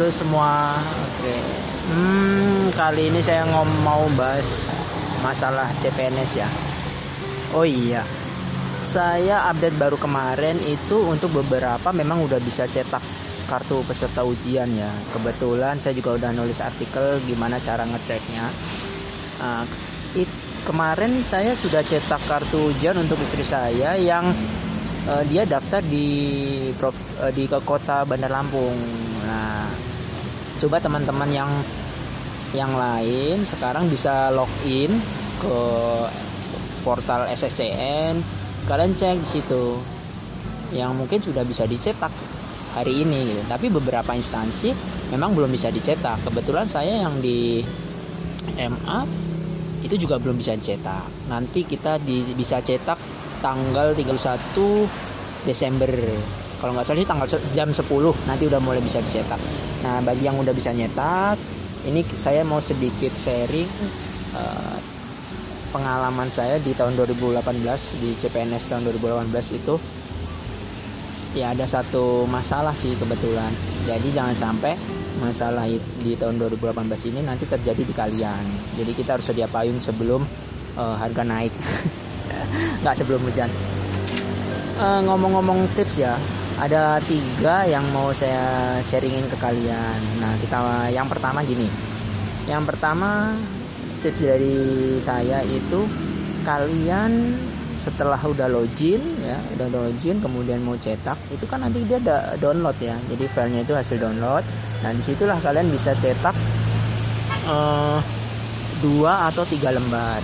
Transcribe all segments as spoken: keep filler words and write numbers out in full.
halo semua. Oke. Hmm, kali ini saya ngom mau bahas masalah C P N S ya. Oh iya. Saya update baru kemarin itu untuk beberapa memang udah bisa cetak kartu peserta ujian ya. Kebetulan saya juga udah nulis artikel gimana cara ngeceknya. Uh, it, kemarin saya sudah cetak kartu ujian untuk istri saya yang uh, dia daftar di uh, di ke kota Bandar Lampung. Nah, coba teman-teman yang yang lain sekarang bisa login ke portal S S C N, kalian cek di situ yang mungkin sudah bisa dicetak hari ini gitu. Tapi beberapa instansi memang belum bisa dicetak. Kebetulan saya yang di M A itu juga belum bisa dicetak. Nanti kita di, bisa cetak tanggal tiga puluh satu Desember. Kalau nggak salah sih tanggal jam sepuluh nanti udah mulai bisa dicetak. Nah, bagi yang udah bisa nyetak, ini saya mau sedikit sharing uh, pengalaman saya di tahun dua ribu delapan belas di C P N S tahun dua ribu delapan belas itu. Ya ada satu masalah sih kebetulan. Jadi jangan sampai masalah di tahun dua ribu delapan belas ini nanti terjadi di kalian. Jadi kita harus sedia payung sebelum uh, harga naik. Nggak sebelum hujan. Uh, ngomong-ngomong tips ya, ada tiga yang mau saya sharingin ke kalian. Nah, kita yang pertama gini. Yang pertama tips dari saya itu, kalian setelah udah login ya, udah login kemudian mau cetak, itu kan nanti dia ada download ya. Jadi filenya itu hasil download. Nah, disitulah kalian bisa cetak uh, dua atau tiga lembar.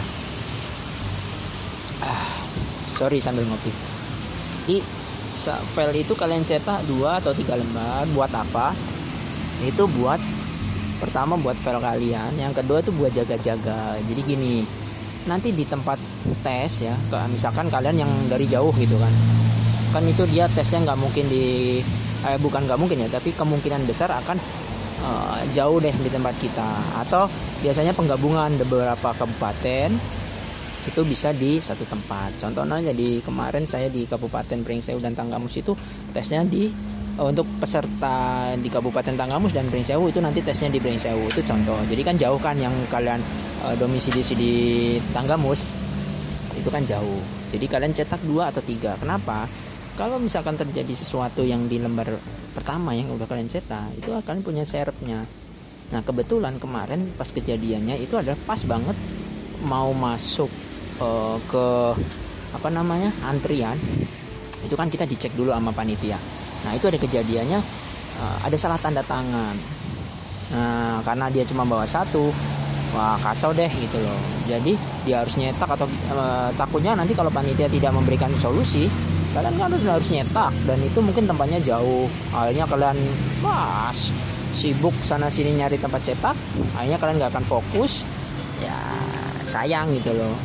Ah, sorry sambil ngopi. Di file itu kalian cetak dua atau tiga lembar. Buat apa? Itu buat pertama buat file kalian, yang kedua itu buat jaga-jaga. Jadi gini, nanti di tempat tes ya, misalkan kalian yang dari jauh gitu kan, kan itu dia tesnya nggak mungkin di, eh, bukan nggak mungkin ya, tapi kemungkinan besar akan uh, jauh deh di tempat kita. Atau biasanya penggabungan beberapa kabupaten itu bisa di satu tempat. Contohnya jadi kemarin saya di Kabupaten Pringsewu dan Tanggamus itu tesnya di uh, untuk peserta di Kabupaten Tanggamus dan Pringsewu itu nanti tesnya di Pringsewu. Itu contoh. Jadi kan jauh kan, yang kalian uh, domisili di Tanggamus itu kan jauh. Jadi kalian cetak dua atau tiga. Kenapa? Kalau misalkan terjadi sesuatu yang di lembar pertama yang udah kalian cetak, itu kalian punya serepnya. Nah, kebetulan kemarin pas kejadiannya itu adalah pas banget mau masuk uh, ke apa namanya antrian. Itu kan kita dicek dulu sama panitia. Nah, itu ada kejadiannya uh, ada salah tanda tangan. Nah, karena dia cuma bawa satu, wah kacau deh gitu loh. Jadi dia harus nyetak atau uh, takutnya nanti kalau panitia tidak memberikan solusi, kalian kan harus nyetak dan itu mungkin tempatnya jauh. Akhirnya kalian mas sibuk sana sini nyari tempat cetak, akhirnya kalian nggak akan fokus. Ya sayang gitu loh.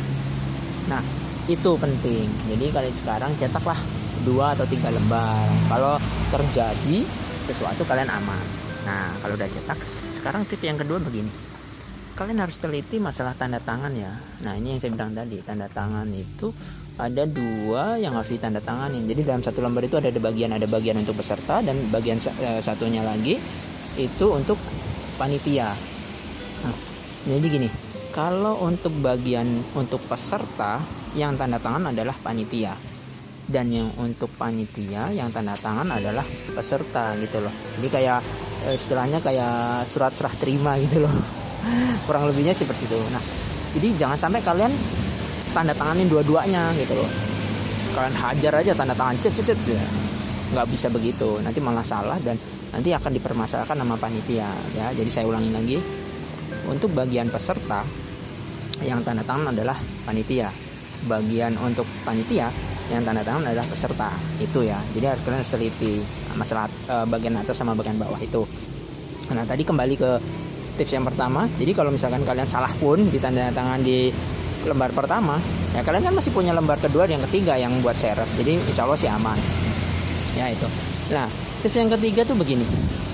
Nah, itu penting. Jadi kalian sekarang cetaklah dua atau tiga lembar. Kalau terjadi sesuatu kalian aman. Nah, kalau udah cetak, sekarang tip yang kedua begini. Kalian harus teliti masalah tanda tangan ya. Nah, ini yang saya bilang tadi, tanda tangan itu ada dua yang harus ditanda tanganin. Jadi dalam satu lembar itu ada bagian ada bagian untuk peserta dan bagian uh, satunya lagi itu untuk panitia. Nah, jadi gini, kalau untuk bagian untuk peserta yang tanda tangan adalah panitia, dan yang untuk panitia yang tanda tangan adalah peserta gitu loh. Jadi kayak istilahnya kayak surat serah terima gitu loh. Kurang lebihnya seperti itu. Nah, jadi jangan sampai kalian tanda tanganin dua-duanya gitu loh. Kalian hajar aja tanda tangan cet cet ya. Nggak bisa begitu. Nanti malah salah dan nanti akan dipermasalahkan sama panitia ya. Jadi saya ulangi lagi. Untuk bagian peserta yang tanda tangan adalah panitia. Bagian untuk panitia yang tanda tangan adalah peserta. Itu ya. Jadi harus kalian teliti masalah e, bagian atas sama bagian bawah itu. Nah, tadi kembali ke tips yang pertama. Jadi kalau misalkan kalian salah pun di tanda tangan di lembar pertama, ya kalian kan masih punya lembar kedua dan yang ketiga yang buat serep. Jadi insya Allah sih aman. Ya itu. Nah, tips yang ketiga tuh begini.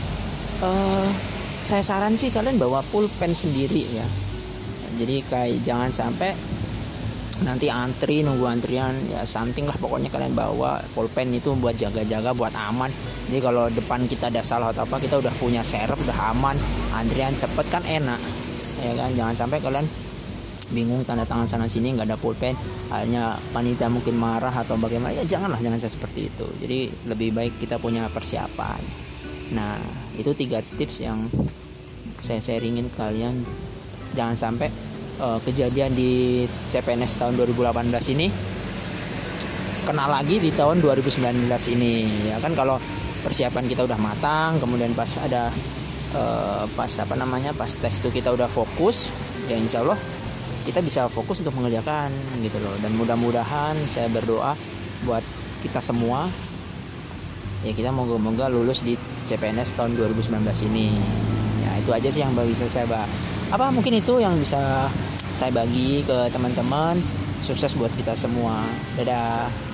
Uh, saya saran sih kalian bawa pulpen sendiri ya. Jadi kayak jangan sampai nanti antri nunggu antrian ya something lah, pokoknya kalian bawa pulpen itu buat jaga-jaga, buat aman. Jadi kalau depan kita ada salah atau apa, kita udah punya serep, udah aman, antrian cepet kan enak ya kan. Jangan sampai kalian bingung tanda tangan sana sini nggak ada pulpen, akhirnya panitia mungkin marah atau bagaimana. Ya janganlah, jangan seperti itu. Jadi lebih baik kita punya persiapan. Nah itu tiga tips yang saya sharingin ke kalian. Jangan sampai uh, kejadian di C P N S tahun dua ribu delapan belas ini kena lagi di tahun dua ribu sembilan belas ini ya kan. Kalau persiapan kita udah matang, kemudian pas ada uh, pas apa namanya pas tes itu kita udah fokus, ya insya Allah kita bisa fokus untuk mengerjakan gitu loh. Dan mudah-mudahan saya berdoa buat kita semua ya, kita moga-moga lulus di C P N S tahun dua ribu sembilan belas ini. Ya itu aja sih yang bisa saya bahas. Apa mungkin itu yang bisa saya bagi ke teman-teman. Sukses buat kita semua. Dadah.